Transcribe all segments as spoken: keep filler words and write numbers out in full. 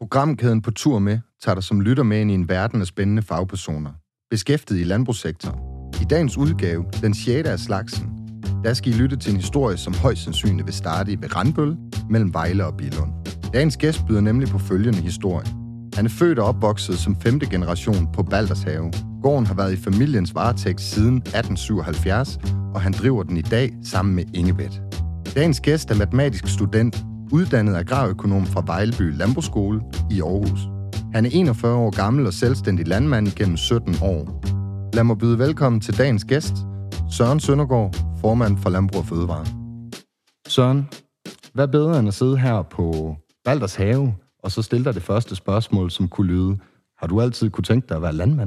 Programkæden På Tur Med tager dig som lytter med ind i en verden af spændende fagpersoner, beskæftiget i landbrugssektoren. I dagens udgave, den sjette af slagsen, der skal I lytte til en historie, som højst sandsynligt vil starte i ved Randbøl mellem Vejle og Billund. Dagens gæst byder nemlig på følgende historie. Han er født og opvokset som femte generation på Baldershave. Gården har været i familiens varetægt siden atten syvoghalvfjerds, og han driver den i dag sammen med Ingebet. Dagens gæst er matematisk student, uddannet agrarøkonom fra Vejleby Landbrugsskole i Aarhus. Han er enogfyrre år gammel og selvstændig landmand igennem sytten år. Lad mig byde velkommen til dagens gæst, Søren Søndergaard, formand for Landbrug og Fødevare. Søren, hvad bedre end at sidde her på Baldershave og så stille dig det første spørgsmål, som kunne lyde: har du altid kunne tænke dig at være landmand?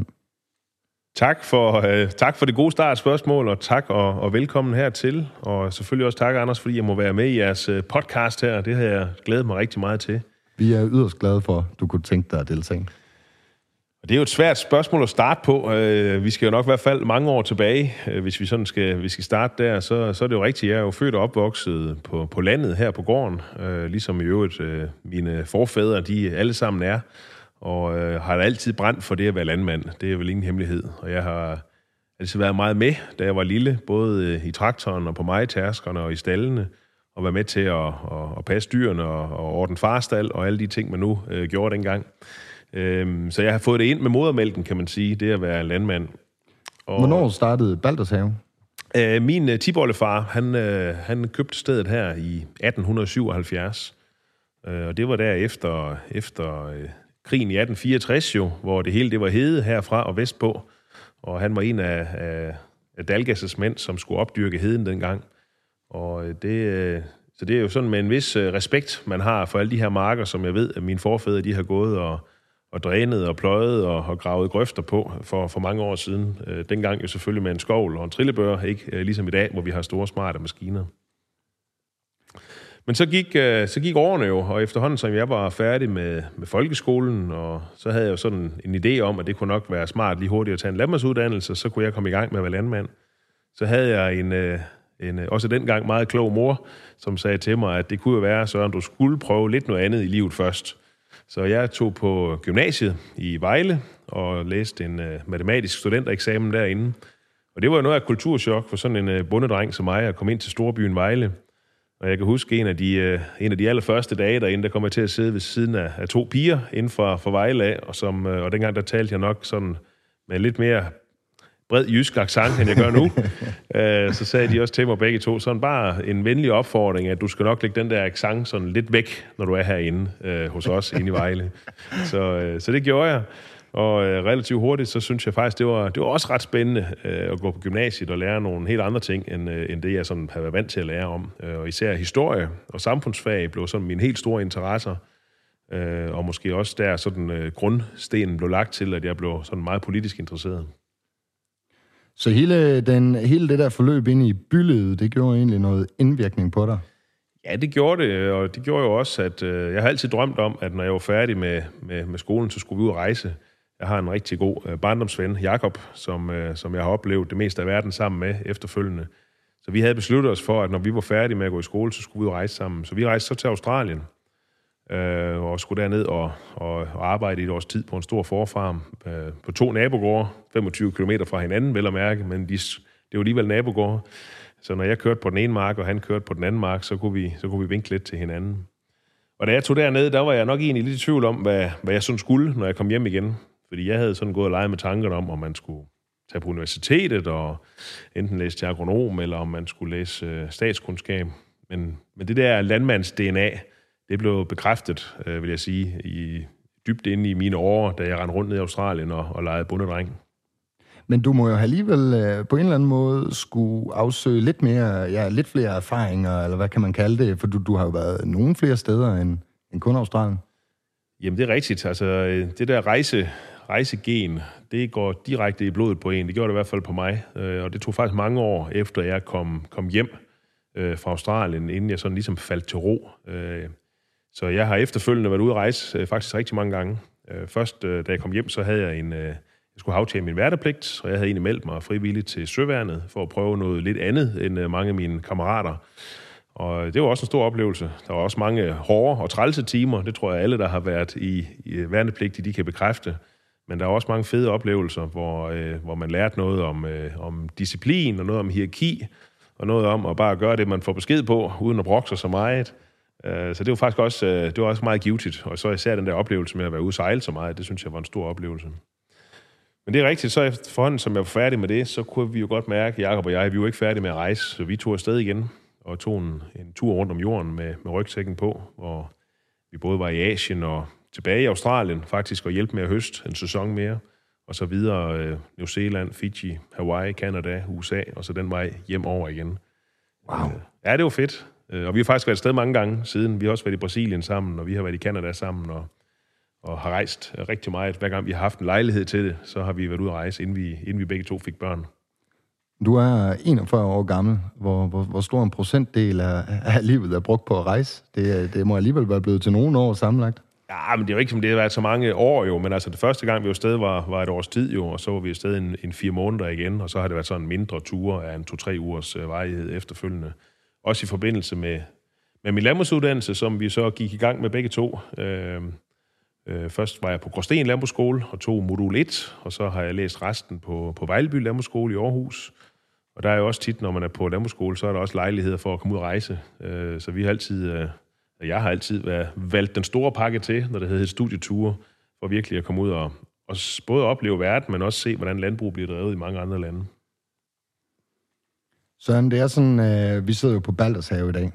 Tak for, øh, tak for det gode startspørgsmål, og tak og, og velkommen hertil. Og selvfølgelig også tak, Anders, fordi jeg må være med i jeres podcast her. Det har jeg glædet mig rigtig meget til. Vi er yderst glade for, at du kunne tænke dig at deltage. Det er jo et svært spørgsmål at starte på. Vi skal jo nok i hvert fald mange år tilbage. Hvis vi sådan skal, vi skal starte der, så, så er det jo rigtigt. Jeg er jo født og opvokset på, på landet her på gården, ligesom i øvrigt mine forfædre, de alle sammen er. Og øh, har altid brændt for det at være landmand. Det er vel ingen hemmelighed. Og jeg har altid været meget med, da jeg var lille, både i traktoren og på majtærskerne og i stallene, og være med til at, at, at passe dyrene og, og ordne farstal og alle de ting, man nu øh, gjorde dengang. Øhm, så jeg har fået det ind med modermælken, kan man sige, det at være landmand. Og, Hvornår startede Baldershave? Øh, min øh, tipoldefar, han, øh, han købte stedet her i atten syvoghalvfjerds. Øh, og det var der efter... efter øh, krigen i atten fireogtres jo, hvor det hele det var hede herfra og vestpå, og han var en af, af, af Dalgas' mænd, som skulle opdyrke heden dengang. Og det, så det er jo sådan med en vis respekt, man har for alle de her marker, som jeg ved, at mine forfædre de har gået og, og drænet og pløjet og, og gravet grøfter på for, for mange år siden. Dengang jo selvfølgelig med en skovl og en trillebør, ikke ligesom i dag, hvor vi har store smarte maskiner. Men så gik, så gik årene jo, og efterhånden, som jeg var færdig med, med folkeskolen, og så havde jeg jo sådan en idé om, at det kunne nok være smart lige hurtigt at tage en landmandsuddannelse, så kunne jeg komme i gang med at være landmand. Så havde jeg en, en også dengang meget klog mor, som sagde til mig, at det kunne jo være, Søren, du skulle prøve lidt noget andet i livet først. Så jeg tog på gymnasiet i Vejle og læste en matematisk studentereksamen derinde. Og det var jo noget af kulturschok for sådan en bondedreng som mig at komme ind til storbyen Vejle. Og jeg kan huske en af de, en af de allerførste dage derinde, der kom jeg til at sidde ved siden af, af to piger inden for, for Vejle af, og, som, og dengang der talte jeg nok sådan med lidt mere bred jysk accent, end jeg gør nu. Så sagde de også til mig begge to, sådan bare en venlig opfordring, at du skal nok lægge den der accent sådan lidt væk, når du er herinde øh, hos os inde i Vejle. Så, øh, så det gjorde jeg. Og øh, relativt hurtigt, så synes jeg faktisk, det var, det var også ret spændende øh, at gå på gymnasiet og lære nogle helt andre ting, end, øh, end det, jeg sådan havde været vant til at lære om. Øh, og især historie og samfundsfag blev sådan mine helt store interesser. Øh, og måske også der sådan øh, grundstenen blev lagt til, at jeg blev sådan meget politisk interesseret. Så hele, den, hele det der forløb inde i bylivet, det gjorde egentlig noget indvirkning på dig? Ja, det gjorde det, og det gjorde jo også, at øh, jeg har altid drømt om, at når jeg var færdig med, med, med skolen, så skulle vi ud og rejse. Jeg har en rigtig god øh, barndomsven, Jakob, som, øh, som jeg har oplevet det meste af verden sammen med efterfølgende. Så vi havde besluttet os for, at når vi var færdige med at gå i skole, så skulle vi ud og rejse sammen. Så vi rejste så til Australien, øh, og skulle derned og, og, og arbejde i et års tid på en stor forfarm øh, på to nabogårde, femogtyve kilometer fra hinanden, vel at mærke, men de, det var alligevel nabogårde. Så når jeg kørte på den ene mark, og han kørte på den anden mark, så kunne vi, så kunne vi vinke lidt til hinanden. Og da jeg tog derned, der var jeg nok egentlig lidt i tvivl om, hvad, hvad jeg sådan skulle, når jeg kom hjem igen. Fordi jeg havde sådan gået og leget med tankerne om, om man skulle tage på universitetet og enten læse til agronom, eller om man skulle læse øh, statskundskab. Men, men det der landmands-D N A, det blev bekræftet, øh, vil jeg sige, i, dybt inde i mine år, da jeg rendte rundt ned i Australien og, og legede bondedreng. Men du må jo alligevel øh, på en eller anden måde skulle afsøge lidt mere, ja, lidt flere erfaringer, eller hvad kan man kalde det? For du, du har jo været nogle flere steder end, end kun Australien. Jamen, det er rigtigt. Altså, det der rejse, rejsegen, det går direkte i blodet på en. Det gjorde det i hvert fald på mig. Og det tog faktisk mange år, efter jeg kom, kom hjem fra Australien, inden jeg sådan ligesom faldt til ro. Så jeg har efterfølgende været ude at rejse faktisk rigtig mange gange. Først, da jeg kom hjem, så havde jeg en... Jeg skulle aftjene min værnepligt, og jeg havde egentlig meldt mig frivilligt til Søværnet for at prøve noget lidt andet end mange af mine kammerater. Og det var også en stor oplevelse. Der var også mange hårde og trælse timer. Det tror jeg, alle, der har været i, i værnepligtige, de kan bekræfte. Men der er også mange fede oplevelser, hvor, øh, hvor man lærte noget om, øh, om disciplin, og noget om hierarki, og noget om at bare gøre det, man får besked på, uden at brokke sig så meget. Øh, så det var faktisk også, øh, det var også meget givetigt. Og så især den der oplevelse med at være ude og sejle så meget, det synes jeg var en stor oplevelse. Men det er rigtigt, så efterhånden, som jeg var færdig med det, så kunne vi jo godt mærke, Jakob og jeg, vi var ikke færdige med at rejse, så vi tog afsted igen og tog en, en tur rundt om jorden med, med rygsækken på, hvor vi både var i Asien og tilbage i Australien faktisk, og hjælpe med at høste en sæson mere, og så videre øh, New Zealand, Fiji, Hawaii, Canada, U S A, og så den vej hjem over igen. Wow. Øh, ja, det var fedt. Og vi har faktisk været et sted mange gange siden. Vi har også været i Brasilien sammen, og vi har været i Canada sammen, og, og har rejst rigtig meget. Hver gang vi har haft en lejlighed til det, så har vi været ude at rejse, inden vi, inden vi begge to fik børn. Du er enogfyrre år gammel. Hvor, hvor, hvor stor en procentdel af, af livet er brugt på at rejse? Det, det må alligevel være blevet til nogle år sammenlagt. Ja, men det er jo ikke, som det har været så mange år jo, men altså det første gang, vi var afsted, var, var et års tid jo, og så var vi afsted en, en fire måneder igen, og så har det været sådan en mindre ture af en to-tre ugers øh, varighed efterfølgende. Også i forbindelse med, med min landbrugsuddannelse, som vi så gik i gang med begge to. Øh, øh, først var jeg på Gråsten Landbrugsskole og tog modul et, og så har jeg læst resten på, på Vejleby Landbrugsskole i Aarhus. Og der er jo også tit, når man er på landbrugsskole, så er der også lejligheder for at komme ud og rejse. Øh, så vi har altid... Øh, Jeg har altid været, valgt den store pakke til, når det hedder studieture, for virkelig at komme ud og, og både opleve verden, men også se, hvordan landbrug bliver drevet i mange andre lande. Søren, det er sådan, øh, vi sidder jo på Baldershave i dag,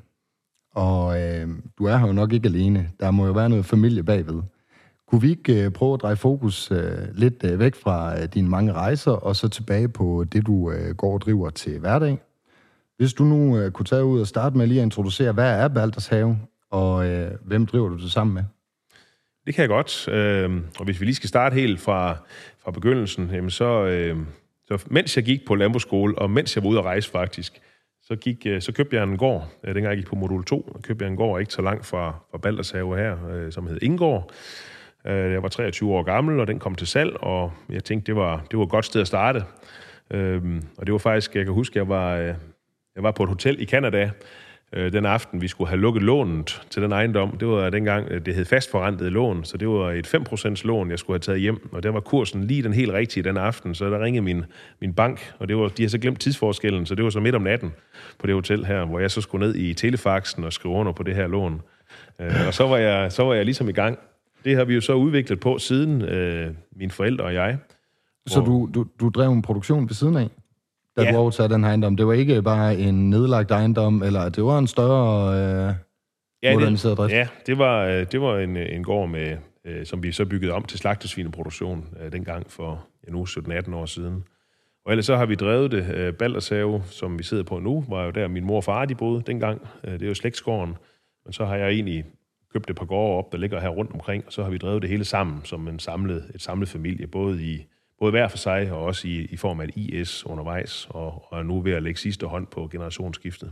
og øh, du er her jo nok ikke alene. Der må jo være noget familie bagved. Kunne vi ikke øh, prøve at dreje fokus øh, lidt øh, væk fra øh, dine mange rejser, og så tilbage på det, du øh, går og driver til hverdag? Hvis du nu øh, kunne tage ud og starte med lige at introducere, hvad er Baldershave? Og øh, hvem driver du det sammen med? Det kan jeg godt. Øh, og hvis vi lige skal starte helt fra, fra begyndelsen, jamen så, øh, så mens jeg gik på landbrugsskole, og mens jeg var ude at rejse faktisk, så, gik, øh, så købte jeg en gård. Øh, dengang jeg gik på modul to, købte jeg en gård ikke så langt fra, fra Baldershave her, øh, som hed Ingård. Øh, jeg var treogtyve år gammel, og den kom til salg, og jeg tænkte, det var, det var et godt sted at starte. Øh, og det var faktisk, jeg kan huske, jeg var, øh, jeg var på et hotel i Canada, den aften, vi skulle have lukket lånet til den ejendom. Det var dengang, det hed fastforrentet lån, så det var et fem procent lån, jeg skulle have taget hjem, og der var kursen lige den helt rigtige den aften, så der ringede min, min bank, og det var, de har så glemt tidsforskellen, så det var så midt om natten på det hotel her, hvor jeg så skulle ned i telefaxen og skrive under på det her lån. Og så var jeg, så var jeg ligesom i gang. Det har vi jo så udviklet på siden, øh, mine forældre og jeg. Så hvor... du, du, du drev en produktion ved siden af? Da ja. du overtager den her ejendom. Det var ikke bare en nedlagt ejendom, eller det var en større øh, ja, moderniseret drift? Ja, det var, det var en, en gård, med, øh, som vi så byggede om til slagtesvineproduktion øh, dengang for ja, nu sytten atten år siden. Og ellers så har vi drevet det. Øh, Baldershave, som vi sidder på nu, var jo der min mor og far, de boede dengang. Øh, det er jo slægtsgården. Men så har jeg egentlig købt et par gårde op, der ligger her rundt omkring, og så har vi drevet det hele sammen som en samlet, et samlet familie, både i Både hver for sig, og også i, i form af et I S undervejs, og, og er nu ved at lægge sidste hånd på generationsskiftet.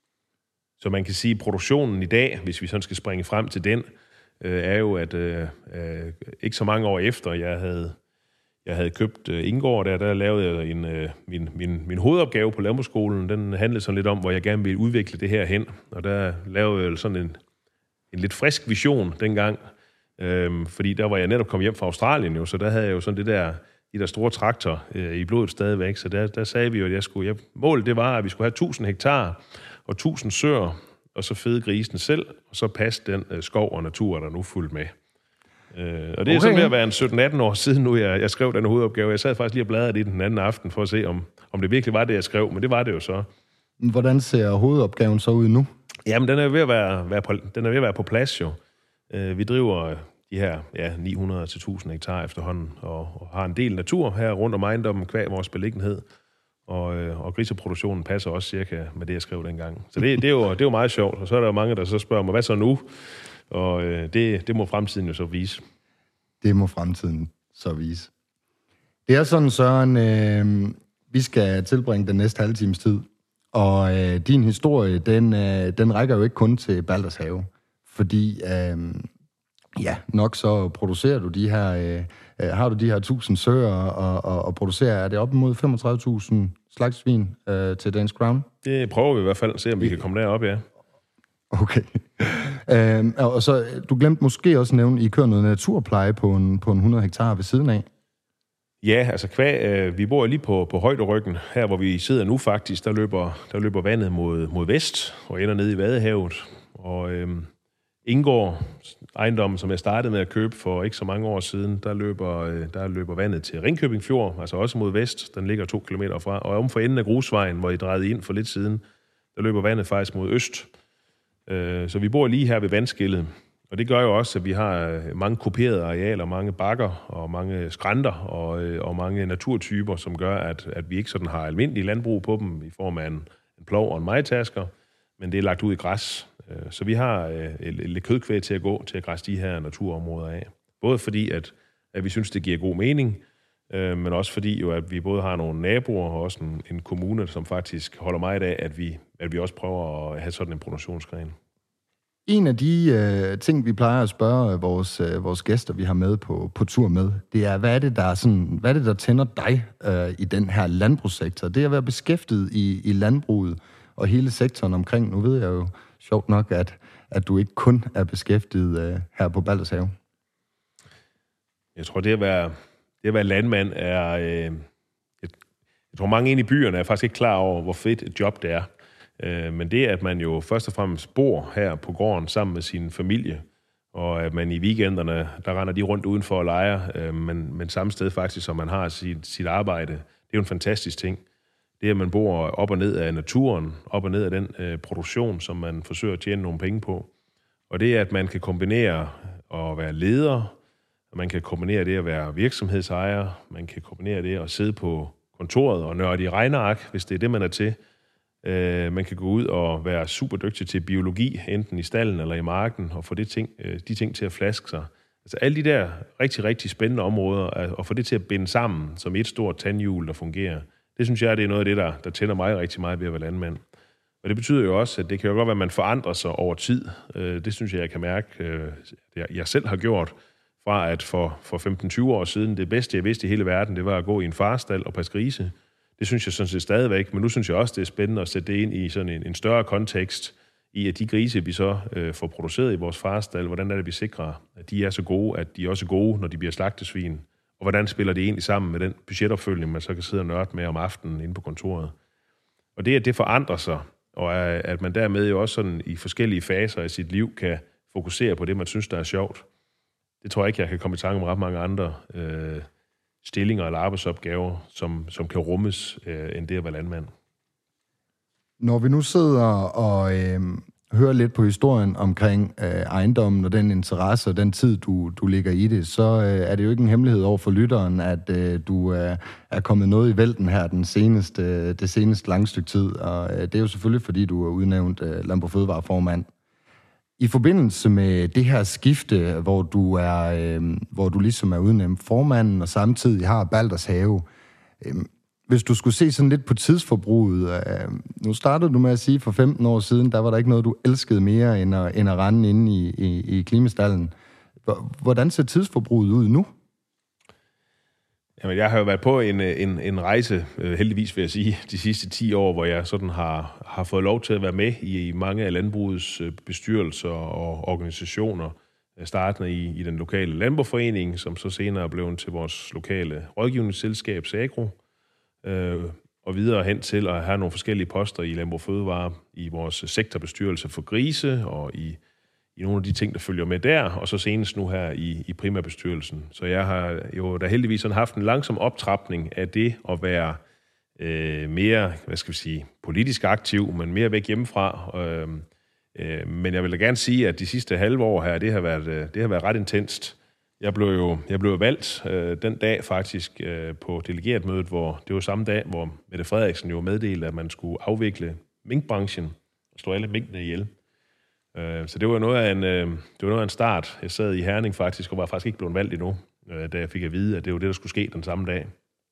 Så man kan sige, at produktionen i dag, hvis vi sådan skal springe frem til den, øh, er jo, at øh, øh, ikke så mange år efter, jeg havde, jeg havde købt øh, Ingård, der, der lavede jeg en, øh, min, min, min hovedopgave på landbrugsskolen. Den handlede sådan lidt om, hvor jeg gerne ville udvikle det her hen. Og der lavede jeg sådan en, en lidt frisk vision dengang, øh, fordi der var jeg netop kommet hjem fra Australien, jo, så der havde jeg jo sådan det der... de der store traktor øh, i blodet stadigvæk, så der, der sagde vi jo, at jeg skulle, jeg, målet det var, at vi skulle have tusind hektar og tusind søer, og så fede grisen selv, og så passe den øh, skov og natur, der nu fulgte med. Øh, og det er okay. Sådan ved at være en sytten atten år siden nu, jeg, jeg skrev den hovedopgave. Jeg sad faktisk lige og bladrede i den anden aften, for at se, om, om det virkelig var det, jeg skrev, men det var det jo så. Hvordan ser hovedopgaven så ud nu? Jamen, den er ved at være, være, på, den er ved at være på plads jo. Øh, vi driver... de her ja, ni hundrede til tusind hektar efterhånden, og, og har en del natur her rundt om ejendommen, kvæg vores beliggenhed, og, øh, og griseproduktionen passer også cirka med det, jeg skrev dengang. Så det, det, er, jo, det er jo meget sjovt, og så er der jo mange, der så spørger mig, hvad så nu? Og øh, det, det må fremtiden jo så vise. Det må fremtiden så vise. Det er sådan, Søren, øh, vi skal tilbringe den næste halve times tid, og øh, din historie, den, øh, den rækker jo ikke kun til Baldershave, fordi... Øh, Ja, nok så producerer du de her, øh, har du de her tusind søer, og, og, og producerer, er det op imod femogtredive tusind slagtsvin øh, til Danish Crown? Det prøver vi i hvert fald at se, om vi kan komme derop, ja. Okay. øhm, og så, du glemte måske også at nævne, at I kører noget naturpleje på en, på en hundrede hektar ved siden af. Ja, altså kvæg, øh, vi bor lige på, på højderyggen. Her, hvor vi sidder nu faktisk, der løber, der løber vandet mod, mod vest og ender ned i Vadehavet. Og øh, Ingård, ejendommen, som jeg startede med at købe for ikke så mange år siden, der løber, øh, der løber vandet til Ringkøbing Fjord, altså også mod vest. Den ligger to kilometer fra. Og om for enden af grusvejen, hvor I drejede ind for lidt siden, der løber vandet faktisk mod øst. Øh, så vi bor lige her ved vandskillet. Og det gør jo også, at vi har mange kuperede arealer, mange bakker og mange skrænter og, og mange naturtyper, som gør, at, at vi ikke sådan har almindelig landbrug på dem i form af en, en plov og en majtasker, men det er lagt ud i græs. Så vi har lidt kødkvæg til at gå til at græsse de her naturområder af. Både fordi, at, at vi synes, det giver god mening, men også fordi, jo, at vi både har nogle naboer og også en, en kommune, som faktisk holder meget af, at vi, at vi også prøver at have sådan en produktionsgren. En af de øh, ting, vi plejer at spørge vores, øh, vores gæster, vi har med på, på tur med, det er, hvad er det, der, er sådan, hvad er det, der tænder dig øh, i den her landbrugssektor? Det er at være beskæftiget i, i landbruget og hele sektoren omkring. Nu ved jeg jo sjovt nok, at, at du ikke kun er beskæftiget øh, her på Baldershave. Jeg tror, det at være, det at være landmand er... Øh, jeg, jeg tror, mange inde i byerne er faktisk ikke klar over, hvor fedt et job det er. Men det, at man jo først og fremmest bor her på gården sammen med sin familie, og at man i weekenderne, der render de rundt udenfor og leger, men, men samme sted faktisk, som man har sit, sit arbejde, det er jo en fantastisk ting. Det, at man bor op og ned af naturen, op og ned af den øh, produktion, som man forsøger at tjene nogle penge på. Og det, at man kan kombinere at være leder, man kan kombinere det at være virksomhedsejer, man kan kombinere det at sidde på kontoret og nørde i regneark, hvis det er det, man er til. Uh, man kan gå ud og være super dygtig til biologi, enten i stallen eller i marken, og få det ting, uh, de ting til at flaske sig. Altså alle de der rigtig, rigtig spændende områder, uh, og få det til at binde sammen som et stort tandhjul, der fungerer. Det synes jeg, det er noget af det, der, der tænder mig rigtig meget ved at være landmand. Og det betyder jo også, at det kan jo godt være, at man forandrer sig over tid. Uh, det synes jeg, jeg kan mærke, uh, jeg, jeg selv har gjort, fra at for, for femten til tyve år siden, det bedste, jeg vidste i hele verden, det var at gå i en farstal og passe grise. Det synes jeg sådan set stadigvæk, men nu synes jeg også, det er spændende at sætte det ind i sådan en, en større kontekst, i at de grise, vi så øh, får produceret i vores farstal, hvordan er det, vi sikrer, at de er så gode, at de er også gode, når de bliver slagtesvin, og hvordan spiller det egentlig sammen med den budgetopfølgning, man så kan sidde og nørde med om aftenen inde på kontoret. Og det, at det forandrer sig, og at man dermed jo også sådan i forskellige faser af sit liv kan fokusere på det, man synes, der er sjovt, det tror jeg ikke, jeg kan komme i tanke om ret mange andre øh, stillinger eller arbejdsopgaver, som, som kan rummes øh, end det at være landmand. Når vi nu sidder og øh, hører lidt på historien omkring øh, ejendommen og den interesse og den tid, du, du ligger i det, så øh, er det jo ikke en hemmelighed over for lytteren, at øh, du øh, er kommet noget i vælten her den seneste, øh, det seneste lange stykke tid. Og øh, det er jo selvfølgelig, fordi du er udnævnt øh, Landbrug Fødevareformand. I forbindelse med det her skifte, hvor du er, øh, hvor du ligesom er udnævnt formanden og samtidig har Baldershave, øh, hvis du skulle se sådan lidt på tidsforbruget, øh, nu startede du med at sige, for femten år siden, der var der ikke noget, du elskede mere, end at, end at rende inde i, i, i klimastallen. Hvordan ser tidsforbruget ud nu? Jamen, jeg har jo været på en, en, en rejse, heldigvis vil jeg sige, de sidste ti år, hvor jeg sådan har, har fået lov til at være med i mange af landbrugets bestyrelser og organisationer, startende i, i den lokale landbrugforening, som så senere er blevet til vores lokale rådgivningsselskab, Sagro, øh, og videre hen til at have nogle forskellige poster i Landbrug Fødevare, i vores sektorbestyrelse for grise, og i, i nogle af de ting, der følger med der, og så senest nu her i, i primærbestyrelsen. Så jeg har jo da heldigvis sådan haft en langsom optrapning af det at være øh, mere, hvad skal vi sige, politisk aktiv, men mere væk hjemmefra. Øh, øh, men jeg vil da gerne sige, at de sidste halve år her, det har været, det har været ret intenst. Jeg blev jo jeg blev valgt øh, den dag faktisk øh, på delegeretmødet, hvor det var samme dag, hvor Mette Frederiksen jo meddelte, at man skulle afvikle minkbranchen og slå alle minkene ihjel. Øh, så det var noget af en øh, det var noget af en start. Jeg sad i Herning faktisk og var faktisk ikke blevet valgt endnu, øh, da jeg fik at vide, at det var det, der skulle ske den samme dag.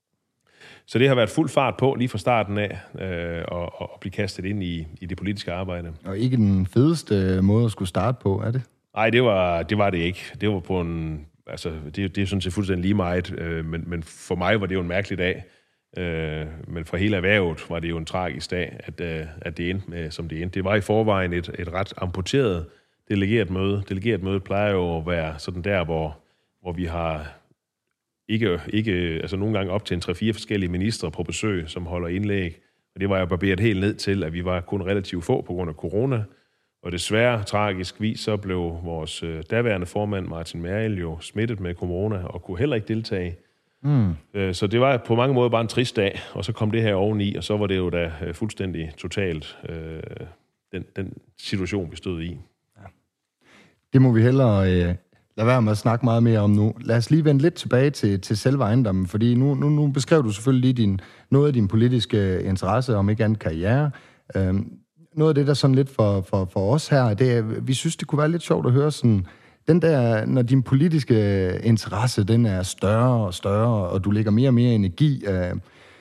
Så det har været fuld fart på lige fra starten af øh, og, og blive kastet ind i, i det politiske arbejde. Og ikke den fedeste måde at skulle starte på, er det? Nej, det var det var det ikke. Det var på en altså det, det er sådan set fuldstændig lige meget, øh, men, men for mig var det jo en mærkelig dag. Øh, men for hele erhvervet var det jo en tragisk dag, at, øh, at det endte med, som det endte. Det var i forvejen et, et ret amputeret delegeret møde. Delegeret møde plejer jo at være sådan der, hvor, hvor vi har ikke, ikke, altså nogle gange op til en tre-fire forskellige ministre på besøg, som holder indlæg. Og det var jo barberet helt ned til, at vi var kun relativt få på grund af corona. Og desværre, tragisk vis, så blev vores øh, daværende formand, Martin Merrild, jo smittet med corona og kunne heller ikke deltage. Mm. Øh, så det var på mange måder bare en trist dag, og så kom det her oveni, og så var det jo da øh, fuldstændig totalt øh, den, den situation, vi stod i. Ja. Det må vi hellere øh, lade være med at snakke meget mere om nu. Lad os lige vende lidt tilbage til, til selve ejendommen, fordi nu, nu, nu beskrev du selvfølgelig lige din, noget af din politiske interesse, om ikke andet karriere. Øh, noget af det, der sådan lidt for, for, for os her, det er, vi synes, det kunne være lidt sjovt at høre sådan, den der, når din politiske interesse, den er større og større, og du lægger mere og mere energi øh,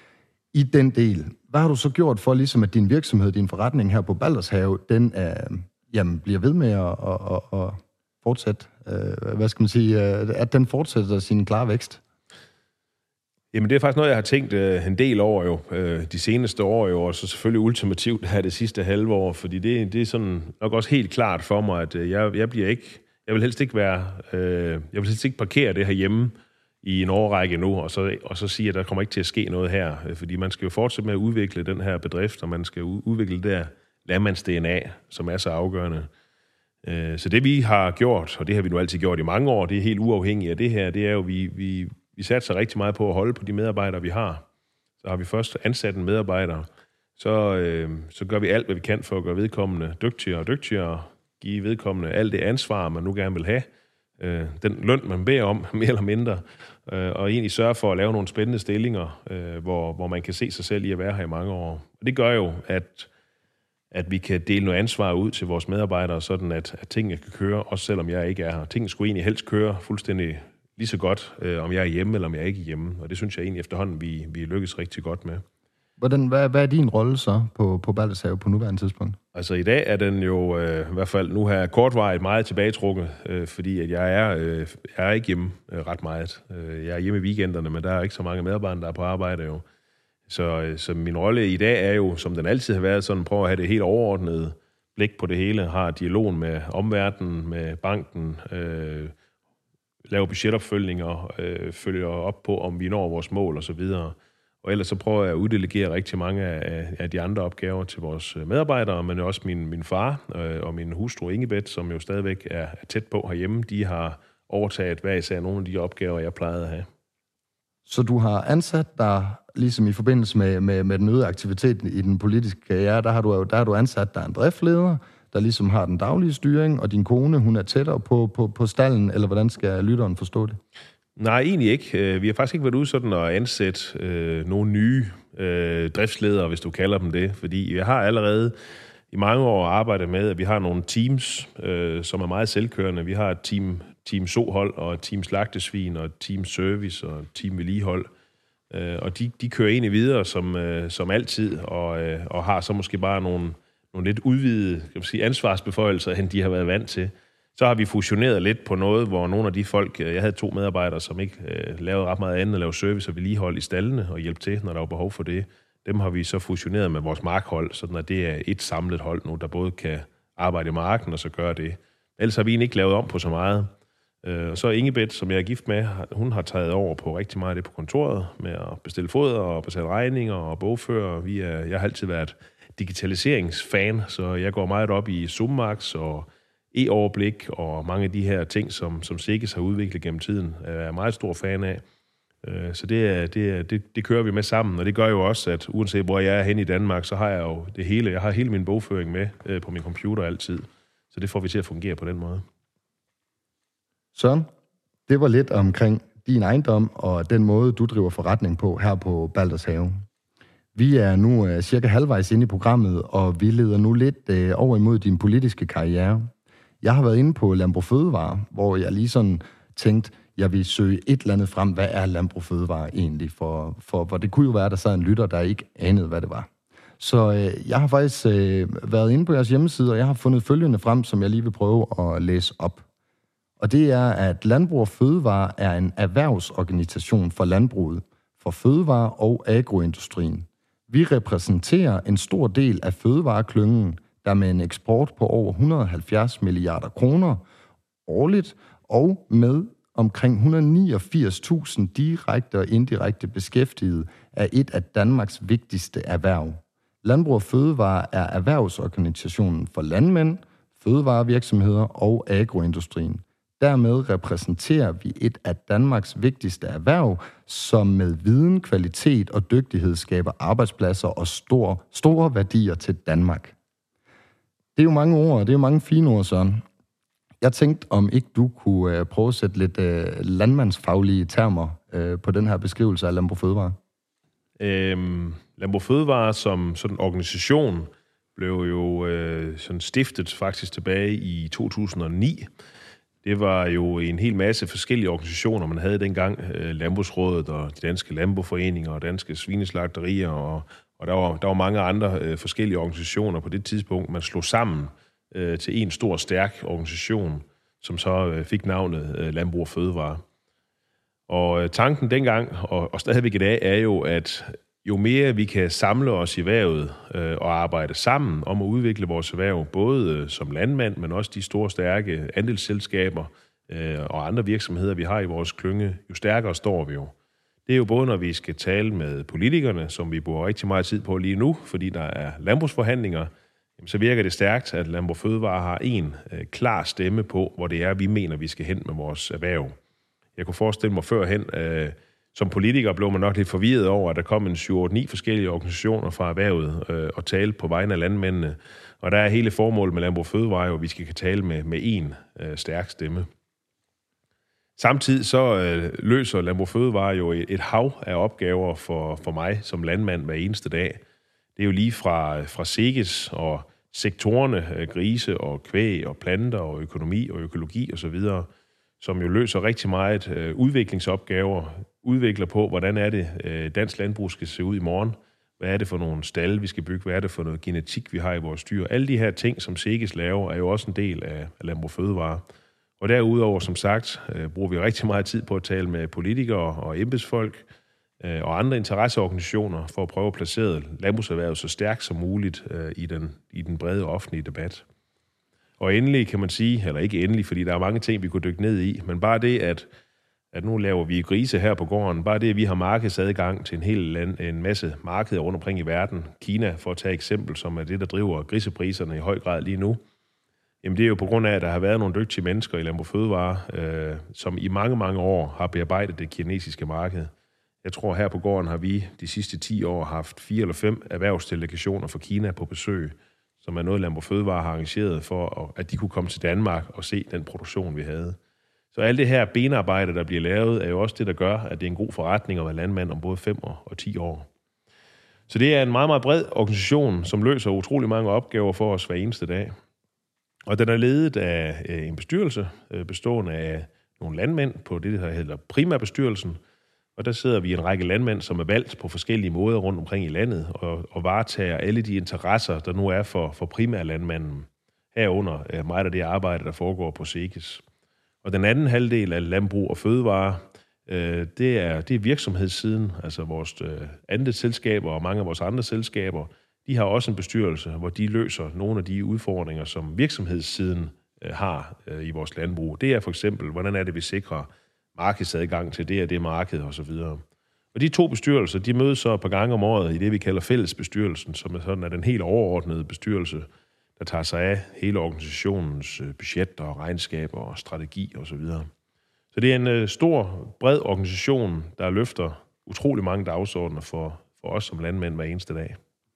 i den del. Hvad har du så gjort for, ligesom at din virksomhed, din forretning her på Baldershave, den øh, jamen, bliver ved med at, at, at, at fortsætte, øh, hvad skal man sige, øh, at den fortsætter sin klare vækst? Jamen det er faktisk noget, jeg har tænkt øh, en del over jo, øh, de seneste år jo, og så selvfølgelig ultimativt her det sidste halve år, fordi det, det er sådan nok også helt klart for mig, at øh, jeg, jeg bliver ikke, jeg vil helst ikke være, øh, jeg vil helst ikke parkere det her hjemme i en årrække nu, og så, og så sige, at der kommer ikke til at ske noget her, øh, fordi man skal jo fortsætte med at udvikle den her bedrift, og man skal udvikle det der landmands-D N A, som er så afgørende. Øh, så det vi har gjort, og det har vi nu altid gjort i mange år, det er helt uafhængigt af det her, det er jo, vi, vi Vi satser rigtig meget på at holde på de medarbejdere, vi har. Så har vi først ansat en medarbejder, så, øh, så gør vi alt, hvad vi kan for at gøre vedkommende dygtigere og dygtigere, give vedkommende alt det ansvar, man nu gerne vil have, øh, den løn, man beder om, mere eller mindre, øh, og egentlig sørge for at lave nogle spændende stillinger, øh, hvor, hvor man kan se sig selv i at være her i mange år. Og det gør jo, at, at vi kan dele noget ansvar ud til vores medarbejdere, sådan at, at tingene kan køre, også selvom jeg ikke er her. Tingene skulle egentlig helst køre fuldstændig lige så godt, øh, om jeg er hjemme, eller om jeg er ikke er hjemme. Og det synes jeg egentlig efterhånden, vi, vi lykkes rigtig godt med. Hvordan, hvad, hvad er din rolle så på, på Baldershave på nuværende tidspunkt? Altså i dag er den jo øh, i hvert fald nu her kortvarigt meget tilbagetrukket, øh, fordi at jeg, er, øh, jeg er ikke hjemme øh, ret meget. Øh, jeg er hjemme i weekenderne, men der er ikke så mange medarbejdere, der er på arbejde jo. Så, øh, så min rolle i dag er jo, som den altid har været, sådan prøve at have det helt overordnede blik på det hele, har dialogen med omverdenen, med banken, øh, lave budgetopfølgninger, øh, følger op på, om vi når vores mål og så videre. Og ellers så prøver jeg at uddelegere rigtig mange af, af de andre opgaver til vores medarbejdere, men også min, min far øh, og min hustru Ingebet, som jo stadigvæk er, er tæt på herhjemme, de har overtaget hver især nogle af de opgaver, jeg plejede at have. Så du har ansat dig, ligesom i forbindelse med, med, med den øgede aktivitet i den politiske karriere, der har du, der har du ansat dig en driftleder, der ligesom har den daglige styring, og din kone, hun er tættere på, på, på stallen, eller hvordan skal lytteren forstå det? Nej, egentlig ikke. Vi har faktisk ikke været ude sådan at ansætte øh, nogle nye øh, driftsledere, hvis du kalder dem det, fordi vi har allerede i mange år arbejdet med, at vi har nogle teams, øh, som er meget selvkørende. Vi har et team, team sohold, og et team slagtesvin, og et team service, og et team vedligehold. Øh, og de, de kører egentlig videre som, øh, som altid, og, øh, og har så måske bare nogle nogle lidt udvidede, kan man sige, ansvarsbeføjelser, end de har været vant til. Så har vi fusioneret lidt på noget, hvor nogle af de folk, jeg havde to medarbejdere, som ikke øh, lavede ret meget andet, at lave service og vedligehold i stallene og hjælpe til, når der var behov for det. Dem har vi så fusioneret med vores markhold, sådan at det er et samlet hold nu, der både kan arbejde i marken og så gøre det. Ellers har vi egentlig ikke lavet om på så meget. Øh, og så Ingebet, som jeg er gift med, hun har taget over på rigtig meget af det på kontoret, med at bestille foder og betale regninger og bogføre. Vi er, jeg har altid været digitaliseringsfan, så jeg går meget op i Zoommax og e-overblik og mange af de her ting, som, som Sikkes har udviklet gennem tiden, er jeg meget stor fan af. Så det, det, det, det kører vi med sammen, og det gør jo også, at uanset hvor jeg er hen i Danmark, så har jeg jo det hele. Jeg har hele min bogføring med på min computer altid, så det får vi til at fungere på den måde. Søren, det var lidt omkring din ejendom og den måde, du driver forretning på her på Baldershave. Vi er nu uh, cirka halvvejs inde i programmet, og vi leder nu lidt uh, over imod din politiske karriere. Jeg har været inde på Landbrug Fødevare, hvor jeg lige sådan tænkte, jeg vil søge et eller andet frem. Hvad er Landbrug Fødevare egentlig? For, for, for det kunne jo være, at der sad en lytter, der ikke anede, hvad det var. Så uh, jeg har faktisk uh, været inde på jeres hjemmeside, og jeg har fundet følgende frem, som jeg lige vil prøve at læse op. Og det er, at Landbrug Fødevare er en erhvervsorganisation for landbruget, for fødevare- og agroindustrien. Vi repræsenterer en stor del af fødevareklyngen, der med en eksport på over et hundrede og halvfjerds milliarder kroner årligt og med omkring et hundrede og niogfirs tusind direkte og indirekte beskæftigede er et af Danmarks vigtigste erhverv. Landbrug og Fødevare er erhvervsorganisationen for landmænd, fødevarevirksomheder og agroindustrien. Dermed repræsenterer vi et af Danmarks vigtigste erhverv, som med viden, kvalitet og dygtighed skaber arbejdspladser og store, store værdier til Danmark. Det er jo mange ord, det er jo mange fine ord, Søren. Jeg tænkte, om ikke du kunne prøve at sætte lidt uh, landmandsfaglige termer uh, på den her beskrivelse af Landbrug Fødevare. Øhm, Landbrug Fødevare som sådan en organisation blev jo øh, sådan stiftet faktisk tilbage i to tusind og ni. Det var jo en hel masse forskellige organisationer, man havde dengang. Øh, Landbrugsrådet og de danske landbrugforeninger og danske svineslagterier, og, og der, var, der var mange andre øh, forskellige organisationer på det tidspunkt, man slog sammen øh, til en stor, stærk organisation, som så øh, fik navnet øh, Landbrug og Fødevare. Og øh, tanken dengang, og, og stadigvæk i dag, er jo, at jo mere vi kan samle os i erhvervet øh, og arbejde sammen om at udvikle vores erhverv, både øh, som landmand, men også de store, stærke andelsselskaber øh, og andre virksomheder, vi har i vores klynge, jo stærkere står vi jo. Det er jo både, når vi skal tale med politikerne, som vi bruger rigtig meget tid på lige nu, fordi der er landbrugsforhandlinger, jamen, så virker det stærkt, at Landbrug Fødevare har en øh, klar stemme på, hvor det er, vi mener, vi skal hen med vores erhverv. Jeg kunne forestille mig førhen, øh, som politiker blev man nok lidt forvirret over, at der kom en syv otte ni forskellige organisationer fra erhvervet øh, og tale på vegne af landmændene. Og der er hele formålet med Landbrug Fødevare jo, at vi skal kunne tale med, med én øh, stærk stemme. Samtidig så øh, løser Landbrug Fødevare jo et, et hav af opgaver for, for mig som landmand hver eneste dag. Det er jo lige fra, fra SEGES og sektorerne, øh, grise og kvæg og planter og økonomi og økologi osv., som jo løser rigtig meget øh, udviklingsopgaver, udvikler på, hvordan er det, øh, dansk landbrug skal se ud i morgen, hvad er det for nogle stalde, vi skal bygge, hvad er det for noget genetik, vi har i vores dyr. Alle de her ting, som SEGES laver, er jo også en del af, af Landbrug Fødevare. Og derudover, som sagt, øh, bruger vi rigtig meget tid på at tale med politikere og embedsfolk øh, og andre interesseorganisationer for at prøve at placere landbrugserhvervet så stærkt som muligt øh, i, den, i den brede offentlige debat. Og endelig kan man sige, eller ikke endelig, fordi der er mange ting, vi kunne dykke ned i, men bare det, at, at nu laver vi grise her på gården, bare det, at vi har markedsadgang til en hel land, en masse markeder rundt omkring i verden, Kina for at tage eksempel, som er det, der driver grisepriserne i høj grad lige nu, jamen det er jo på grund af, at der har været nogle dygtige mennesker i Landbrug Fødevare, øh, som i mange, mange år har bearbejdet det kinesiske marked. Jeg tror, her på gården har vi de sidste ti år haft fire eller fem erhvervsdelegationer fra Kina på besøg, som er noget, Landbrug Fødevare har arrangeret for, at de kunne komme til Danmark og se den produktion, vi havde. Så alt det her benarbejde, der bliver lavet, er jo også det, der gør, at det er en god forretning at være landmand om både fem og ti år. Så det er en meget, meget bred organisation, som løser utrolig mange opgaver for os hver eneste dag. Og den er ledet af en bestyrelse, bestående af nogle landmænd på det, der hedder primærbestyrelsen. Og der sidder vi en række landmænd, som er valgt på forskellige måder rundt omkring i landet, og, og varetager alle de interesser, der nu er for, for primærlandmanden. Herunder er meget af det arbejde, der foregår på SEGES. Og den anden halvdel af Landbrug og Fødevare, øh, det, er, det er virksomhedssiden, altså vores øh, andelsselskaber og mange af vores andre selskaber. De har også en bestyrelse, hvor de løser nogle af de udfordringer, som virksomhedssiden øh, har øh, i vores landbrug. Det er for eksempel, hvordan er det, vi sikrer markedsadgang til det og det marked og så videre. Og de to bestyrelser, de mødes så et par gange om året i det, vi kalder fællesbestyrelsen, som er sådan er den helt overordnede bestyrelse, der tager sig af hele organisationens budget og regnskaber og strategi og så videre. Så det er en stor, bred organisation, der løfter utrolig mange dagsordener for, for os som landmænd hver eneste dag.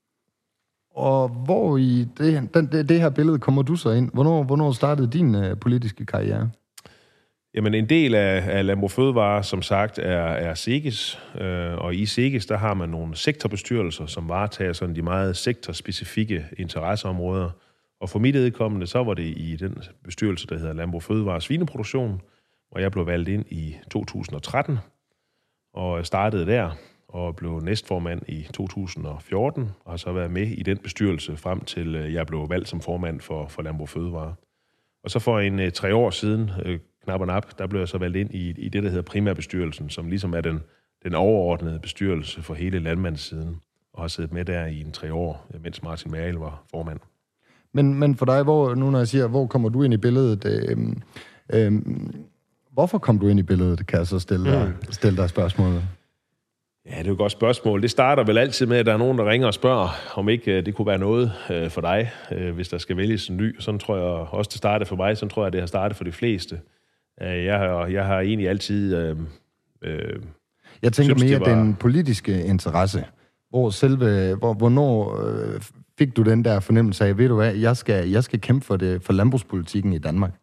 Og hvor i det, den, det, det her billede kommer du så ind? Hvornår, hvornår startede din uh, politiske karriere? Jamen, en del af, af Landbrug Fødevare, som sagt, er, er SEGES, øh, og i SEGES, der har man nogle sektorbestyrelser, som varetager sådan de meget sektorspecifikke interesseområder. Og for mit vedkommende, så var det i den bestyrelse, der hedder Landbrug Fødevare Svineproduktion, og jeg blev valgt ind i to tusind og tretten, og startede der, og blev næstformand i to tusind og fjorten, og har så været med i den bestyrelse frem til, jeg blev valgt som formand for, for Landbrug Fødevare. Og så for en uh, tre år siden, uh, knap og nap, der blev jeg så valgt ind i, i det, der hedder primærbestyrelsen, som ligesom er den den overordnede bestyrelse for hele landmandssiden, og har siddet med der i en tre år, mens Martin Merrild var formand. Men, men for dig, hvor, nu når jeg siger, hvor kommer du ind i billedet? Øh, øh, hvorfor kom du ind i billedet, kan jeg så stille dig, mm. stille dig spørgsmålet? Ja, det er jo et godt spørgsmål. Det starter vel altid med, at der er nogen, der ringer og spørger, om ikke det kunne være noget øh, for dig, øh, hvis der skal vælges en ny. Sådan tror jeg også, det startede for mig. Sådan tror jeg, det har startet for de fleste. Øh, jeg, har, jeg har egentlig altid... Øh, øh, jeg tænker synes, mere var... den politiske interesse. Hvor selve, hvor, hvornår øh, fik du den der fornemmelse af, ved du hvad, jeg skal, jeg skal kæmpe for, det, for landbrugspolitikken i Danmark?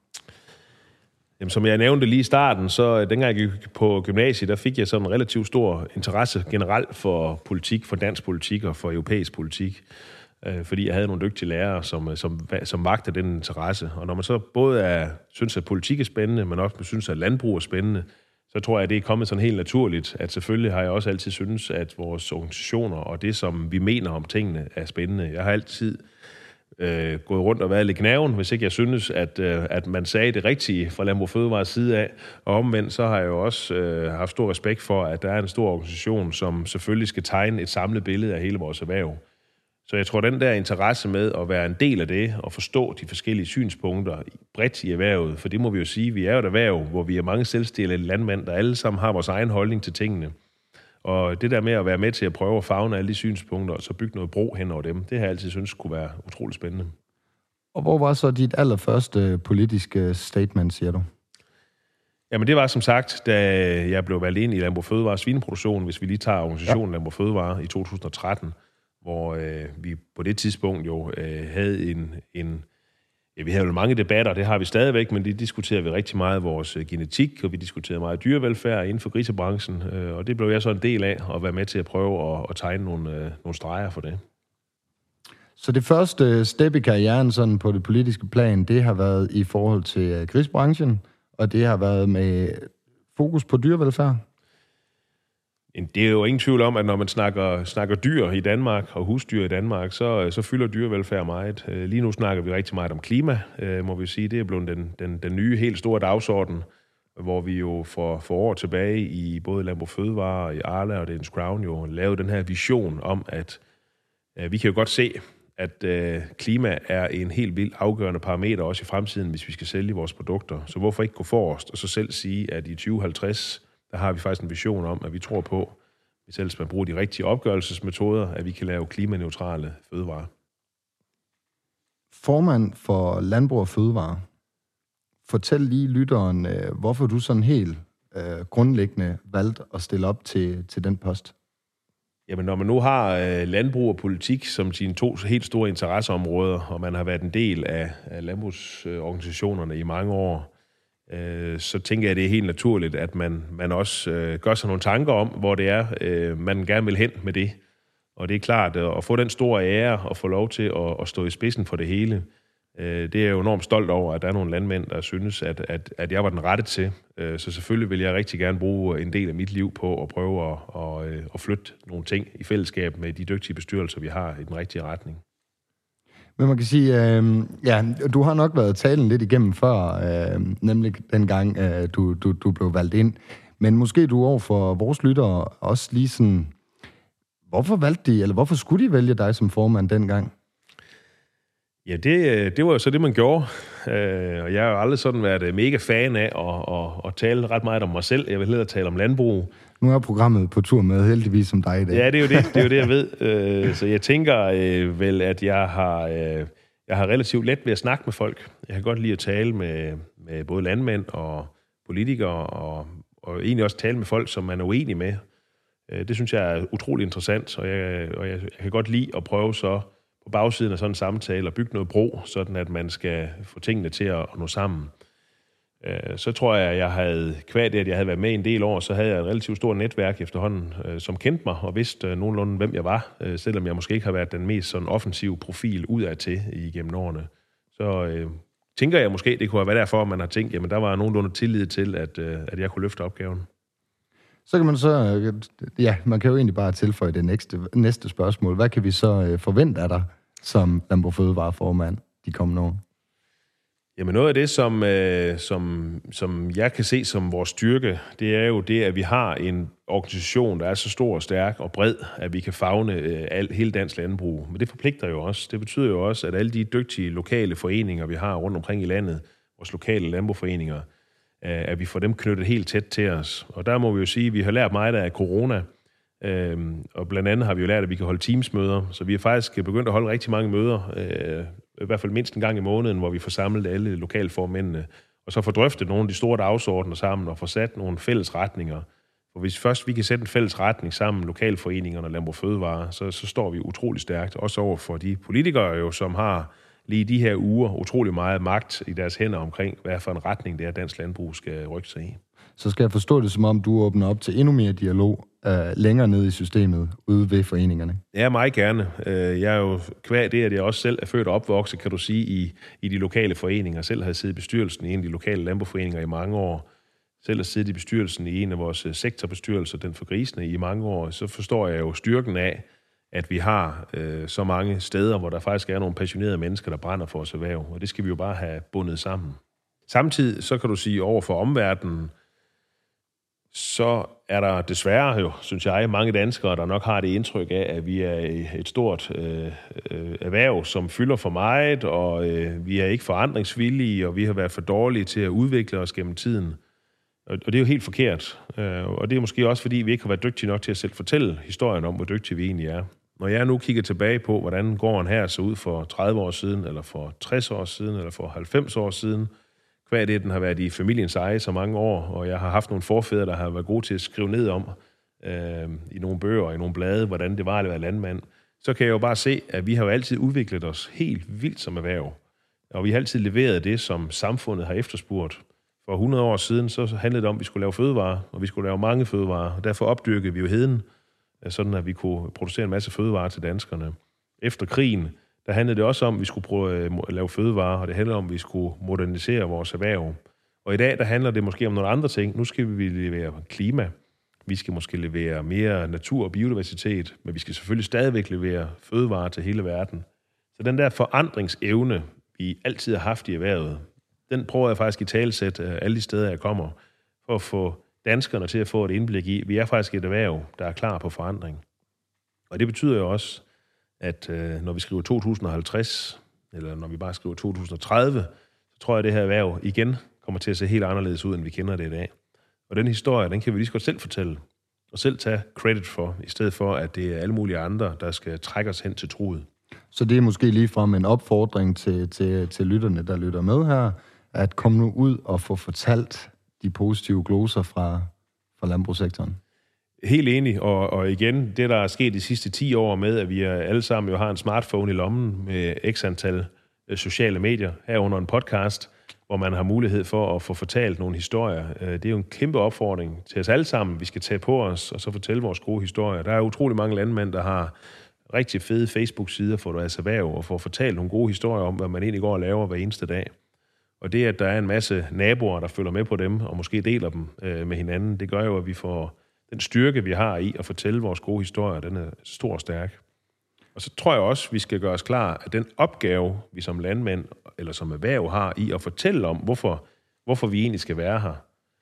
Jamen, som jeg nævnte lige i starten, så dengang jeg gik på gymnasiet, der fik jeg sådan en relativt stor interesse generelt for politik, for dansk politik og for europæisk politik. Øh, fordi jeg havde nogle dygtige lærere, som, som, som vagtede den interesse. Og når man så både er, synes, at politik er spændende, men også synes, at landbrug er spændende, så tror jeg, at det er kommet sådan helt naturligt, at selvfølgelig har jeg også altid synes, at vores organisationer og det, som vi mener om tingene, er spændende. Jeg har altid øh, gået rundt og været lidt gnaven, hvis ikke jeg synes, at, øh, at man sagde det rigtige fra Landbrug Fødevares side af. Og omvendt, så har jeg jo også øh, haft stor respekt for, at der er en stor organisation, som selvfølgelig skal tegne et samlet billede af hele vores erhverv. Så jeg tror, den der interesse med at være en del af det og forstå de forskellige synspunkter bredt i erhvervet, for det må vi jo sige, vi er jo et erhverv, hvor vi er mange selvstillede landmænd, der alle sammen har vores egen holdning til tingene. Og det der med at være med til at prøve at favne alle de synspunkter og så bygge noget bro hen over dem, det har jeg altid synes kunne være utroligt spændende. Og hvor var så dit allerførste politiske statement, siger du? Jamen det var som sagt, da jeg blev valgt ind i Landbrug Fødevare Svineproduktion, hvis vi lige tager organisationen ja. Landbrug Fødevare i to tusind og tretten, hvor øh, vi på det tidspunkt jo øh, havde en... en ja, vi havde jo mange debatter, det har vi stadigvæk, men det diskuterer vi rigtig meget vores øh, genetik, og vi diskuterede meget dyrevelfærd inden for grisebranchen, øh, og det blev jeg så en del af, at være med til at prøve at, at tegne nogle, øh, nogle streger for det. Så det første step i karrieren sådan på det politiske plan, det har været i forhold til øh, grisebranchen, og det har været med fokus på dyrevelfærd? Det er jo ingen tvivl om, at når man snakker, snakker dyr i Danmark og husdyr i Danmark, så, så fylder dyrevelfærd meget. Lige nu snakker vi rigtig meget om klima, må vi sige. Det er blevet den, den, den nye, helt store dagsorden, hvor vi jo for, for år tilbage i både Landbrug Fødevare, i Arla og Danish Crown jo lavede den her vision om, at uh, vi kan jo godt se, at uh, klima er en helt vildt afgørende parameter også i fremtiden, hvis vi skal sælge vores produkter. Så hvorfor ikke gå forrest og så selv sige, at i tyve halvtreds der har vi faktisk en vision om, at vi tror på, hvis ellers man bruger de rigtige opgørelsesmetoder, at vi kan lave klimaneutrale fødevarer. Formand for Landbrug og Fødevare. Fortæl lige lytteren, hvorfor du sådan helt øh, grundlæggende valgte at stille op til, til den post. Jamen, når man nu har øh, landbrug og politik som sine to helt store interesseområder, og man har været en del af, af landbrugsorganisationerne i mange år, så tænker jeg, at det er helt naturligt, at man, man også øh, gør sig nogle tanker om, hvor det er, øh, man gerne vil hen med det. Og det er klart, at få den store ære og få lov til at, at stå i spidsen for det hele, øh, det er jeg jo enormt stolt over, at der er nogle landmænd, der synes, at, at, at jeg var den rette til. Øh, så selvfølgelig vil jeg rigtig gerne bruge en del af mit liv på at prøve at, at, at flytte nogle ting i fællesskab med de dygtige bestyrelser, vi har i den rigtige retning. Men man kan sige, øh, ja, du har nok været talen lidt igennem før, øh, nemlig dengang øh, du, du, du blev valgt ind. Men måske du over for vores lyttere også lige sådan, hvorfor valgte de, eller hvorfor skulle de vælge dig som formand dengang? Ja, det, det var jo så det, man gjorde. Øh, og jeg har jo aldrig sådan været mega fan af at, at, at tale ret meget om mig selv. Jeg vil hellere tale om landbrug. Nu er programmet på tur med, heldigvis som dig i dag. Ja, det er jo det, det, er jo det jeg ved. Øh, så jeg tænker øh, vel, at jeg har, øh, jeg har relativt let ved at snakke med folk. Jeg kan godt lide at tale med, med både landmænd og politikere, og, og egentlig også tale med folk, som man er uenig med. Øh, det synes jeg er utrolig interessant, og jeg, og jeg, jeg kan godt lide at prøve så på bagsiden af sådan en samtale og bygge noget bro, sådan at man skal få tingene til at nå sammen. Så tror jeg, at jeg havde, kvad det, at jeg havde været med en del år, så havde jeg et relativt stort netværk efterhånden, som kendte mig og vidste nogenlunde, hvem jeg var, selvom jeg måske ikke har været den mest sådan offensive profil udad til igennem årene. Så øh, tænker jeg måske, det kunne have været derfor, at man har tænkt, jamen der var nogenlunde tillid til, at, at jeg kunne løfte opgaven. Så kan man så, ja, man kan jo egentlig bare tilføje det næste, næste spørgsmål. Hvad kan vi så forvente af dig som Landbrug Fødevare formand de kommende år? Jamen noget af det, som, øh, som, som jeg kan se som vores styrke, det er jo det, at vi har en organisation, der er så stor og stærk og bred, at vi kan favne øh, al, hele dansk landbrug. Men det forpligter jo også. Det betyder jo også, at alle de dygtige lokale foreninger, vi har rundt omkring i landet, vores lokale landbrugforeninger, øh, at vi får dem knyttet helt tæt til os. Og der må vi jo sige, at vi har lært meget af corona, øh, og blandt andet har vi jo lært, at vi kan holde teamsmøder, så vi har faktisk begyndt at holde rigtig mange møder, øh, i hvert fald mindst en gang i måneden, hvor vi får samlet alle lokalformændene, og så får drøftet nogle af de store dagsordner sammen, og får sat nogle fælles retninger. For hvis først vi kan sætte en fælles retning sammen, lokalforeningerne og Landbrug Fødevare, så, så står vi utrolig stærkt, også over for de politikere jo, som har lige de her uger utrolig meget magt i deres hænder omkring, hvad for en retning det er, dansk landbrug skal rykke sig i. Så skal jeg forstå det, som om du åbner op til endnu mere dialog øh, længere ned i systemet, ude ved foreningerne? Ja, meget gerne. Jeg er jo kvad det, at jeg også selv er født og opvokset, kan du sige, i, i de lokale foreninger. Selv har jeg siddet i bestyrelsen i en af de lokale landbrugforeninger i mange år. Selv har siddet i bestyrelsen i en af vores sektorbestyrelser, den for grisene, i mange år. Så forstår jeg jo styrken af, at vi har øh, så mange steder, hvor der faktisk er nogle passionerede mennesker, der brænder for os erhverv. Og det skal vi jo bare have bundet sammen. Samtidig, så kan du sige, over for omverdenen, så er der desværre jo, synes jeg, mange danskere, der nok har det indtryk af, at vi er et stort øh, øh, erhverv, som fylder for meget, og øh, vi er ikke forandringsvillige, og vi har været for dårlige til at udvikle os gennem tiden. Og, og det er jo helt forkert. Øh, og det er måske også, fordi vi ikke har været dygtige nok til at selv fortælle historien om, hvor dygtige vi egentlig er. Når jeg nu kigger tilbage på, hvordan gården her så ud for tredive år siden, eller for tres år siden, eller for halvfems år siden, hver det, den har været i familiens eje så mange år, og jeg har haft nogle forfædre, der har været gode til at skrive ned om øh, i nogle bøger og i nogle blade, hvordan det var at være landmand, så kan jeg jo bare se, at vi har jo altid udviklet os helt vildt som erhverv. Og vi har altid leveret det, som samfundet har efterspurgt. For hundrede år siden, så handlede det om, at vi skulle lave fødevarer, og vi skulle lave mange fødevarer, og derfor opdyrkede vi jo heden, sådan at vi kunne producere en masse fødevarer til danskerne. Efter krigen, der handlede det også om, at vi skulle prøve at lave fødevarer, og det handlede om, at vi skulle modernisere vores erhverv. Og i dag, der handler det måske om nogle andre ting. Nu skal vi levere klima, vi skal måske levere mere natur og biodiversitet, men vi skal selvfølgelig stadigvæk levere fødevarer til hele verden. Så den der forandringsevne, vi altid har haft i erhvervet, den prøver jeg faktisk i talesæt alle de steder, jeg kommer, for at få danskerne til at få et indblik i. Vi er faktisk et erhverv, der er klar på forandring. Og det betyder jo også, at øh, når vi skriver to tusind og halvtreds, eller når vi bare skriver to tusind og tredive, så tror jeg, at det her erhverv igen kommer til at se helt anderledes ud, end vi kender det i dag. Og den historie, den kan vi lige så godt selv fortælle, og selv tage credit for, i stedet for, at det er alle mulige andre, der skal trække os hen til truet. Så det er måske ligefrem en opfordring til, til, til lytterne, der lytter med her, at komme nu ud og få fortalt de positive gloser fra, fra landbrugssektoren. Helt enig, og, og igen, det der er sket de sidste ti år med, at vi alle sammen jo har en smartphone i lommen med x antal sociale medier, herunder en podcast, hvor man har mulighed for at få fortalt nogle historier. Det er jo en kæmpe opfordring til os alle sammen. Vi skal tage på os og så fortælle vores gode historier. Der er utrolig mange landmænd, der har rigtig fede Facebook-sider for deres erhverv og får fortalt nogle gode historier om, hvad man egentlig går og laver hver eneste dag. Og det, at der er en masse naboer, der følger med på dem og måske deler dem øh, med hinanden, det gør jo, at vi får den styrke, vi har i at fortælle vores gode historier, den er stor og stærk. Og så tror jeg også, vi skal gøre os klar, at den opgave, vi som landmænd eller som erhverv har i at fortælle om, hvorfor, hvorfor vi egentlig skal være her,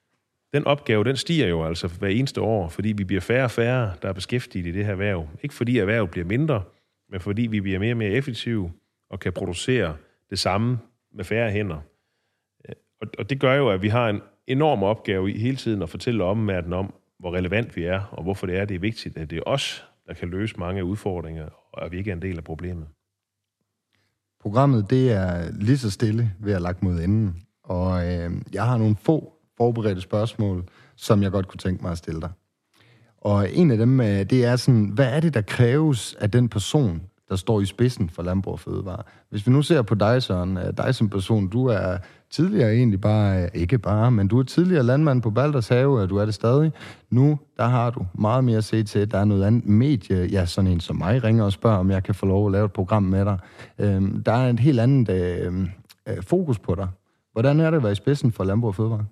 den opgave, den stiger jo altså hver eneste år, fordi vi bliver færre og færre, der er beskæftiget i det her erhverv. Ikke fordi erhvervet bliver mindre, men fordi vi bliver mere og mere effektive og kan producere det samme med færre hænder. Og det gør jo, at vi har en enorm opgave i hele tiden at fortælle omverdenen om, hvor relevant vi er, og hvorfor det er, det er vigtigt, at det er os, der kan løse mange udfordringer, og at vi ikke er en del af problemet. Programmet, det er lige så stille ved at lagt mod enden, og øh, jeg har nogle få forberedte spørgsmål, som jeg godt kunne tænke mig at stille dig. Og en af dem, det er sådan, hvad er det, der kræves af den person, der står i spidsen for Landbrug og Fødevare? Hvis vi nu ser på dig, Søren, dig som person, du er tidligere egentlig bare, ikke bare, men du er tidligere landmand på Balders Have, og du er det stadig. Nu, der har du meget mere at se til. Der er noget andet medie, ja, sådan en som mig ringer og spørger, om jeg kan få lov at lave et program med dig. Øhm, der er et helt andet øh, øh, fokus på dig. Hvordan er det at være i spidsen for Landbrug og Fødevare?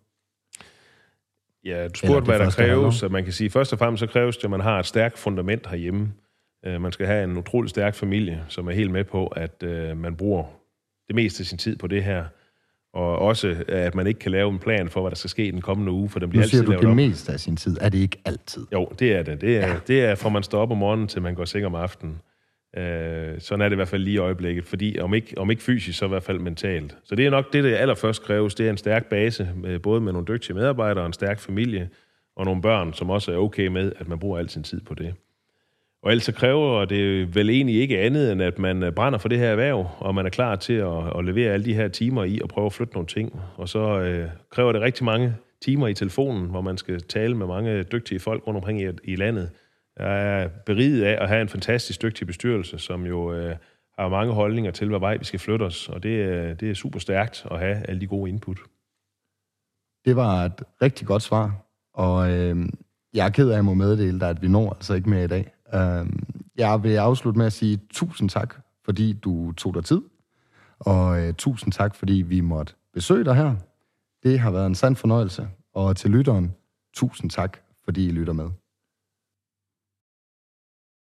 Ja, du spurgte, hvad der kræves. At man kan sige, først og fremmest så kræves det, at man har et stærkt fundament herhjemme. Man skal have en utrolig stærk familie, som er helt med på, at øh, man bruger det meste af sin tid på det her. Og også, at man ikke kan lave en plan for, hvad der skal ske den kommende uge, for den bliver nu altid siger lavet du det om. meste af sin tid. Er det ikke altid? Jo, det er det. Det er, Ja. det er fra man står op om morgenen, til man går seng om aftenen. Øh, sådan er det i hvert fald lige i øjeblikket, fordi om ikke, om ikke fysisk, så i hvert fald mentalt. Så det er nok det, der allerførst kræves. Det er en stærk base, med, både med nogle dygtige medarbejdere, og en stærk familie, og nogle børn, som også er okay med, at man bruger al sin tid på det. Og ellers så kræver det vel egentlig ikke andet, end at man brænder for det her erhverv, og man er klar til at, at levere alle de her timer i og prøve at flytte nogle ting. Og så øh, kræver det rigtig mange timer i telefonen, hvor man skal tale med mange dygtige folk rundt omkring i, i landet. Jeg er beriget af at have en fantastisk dygtig bestyrelse, som jo øh, har mange holdninger til, hvad vej vi skal flytte os. Og det, øh, det er super stærkt at have alle de gode input. Det var et rigtig godt svar, og øh, jeg er ked af, at jeg må meddele dig, at vi når altså ikke mere i dag. Øh, jeg vil afslutte med at sige tusind tak, fordi du tog dig tid, og øh, tusind tak, fordi vi måtte besøge dig her. Det har været en sand fornøjelse, og til lytteren, tusind tak, fordi I lytter med.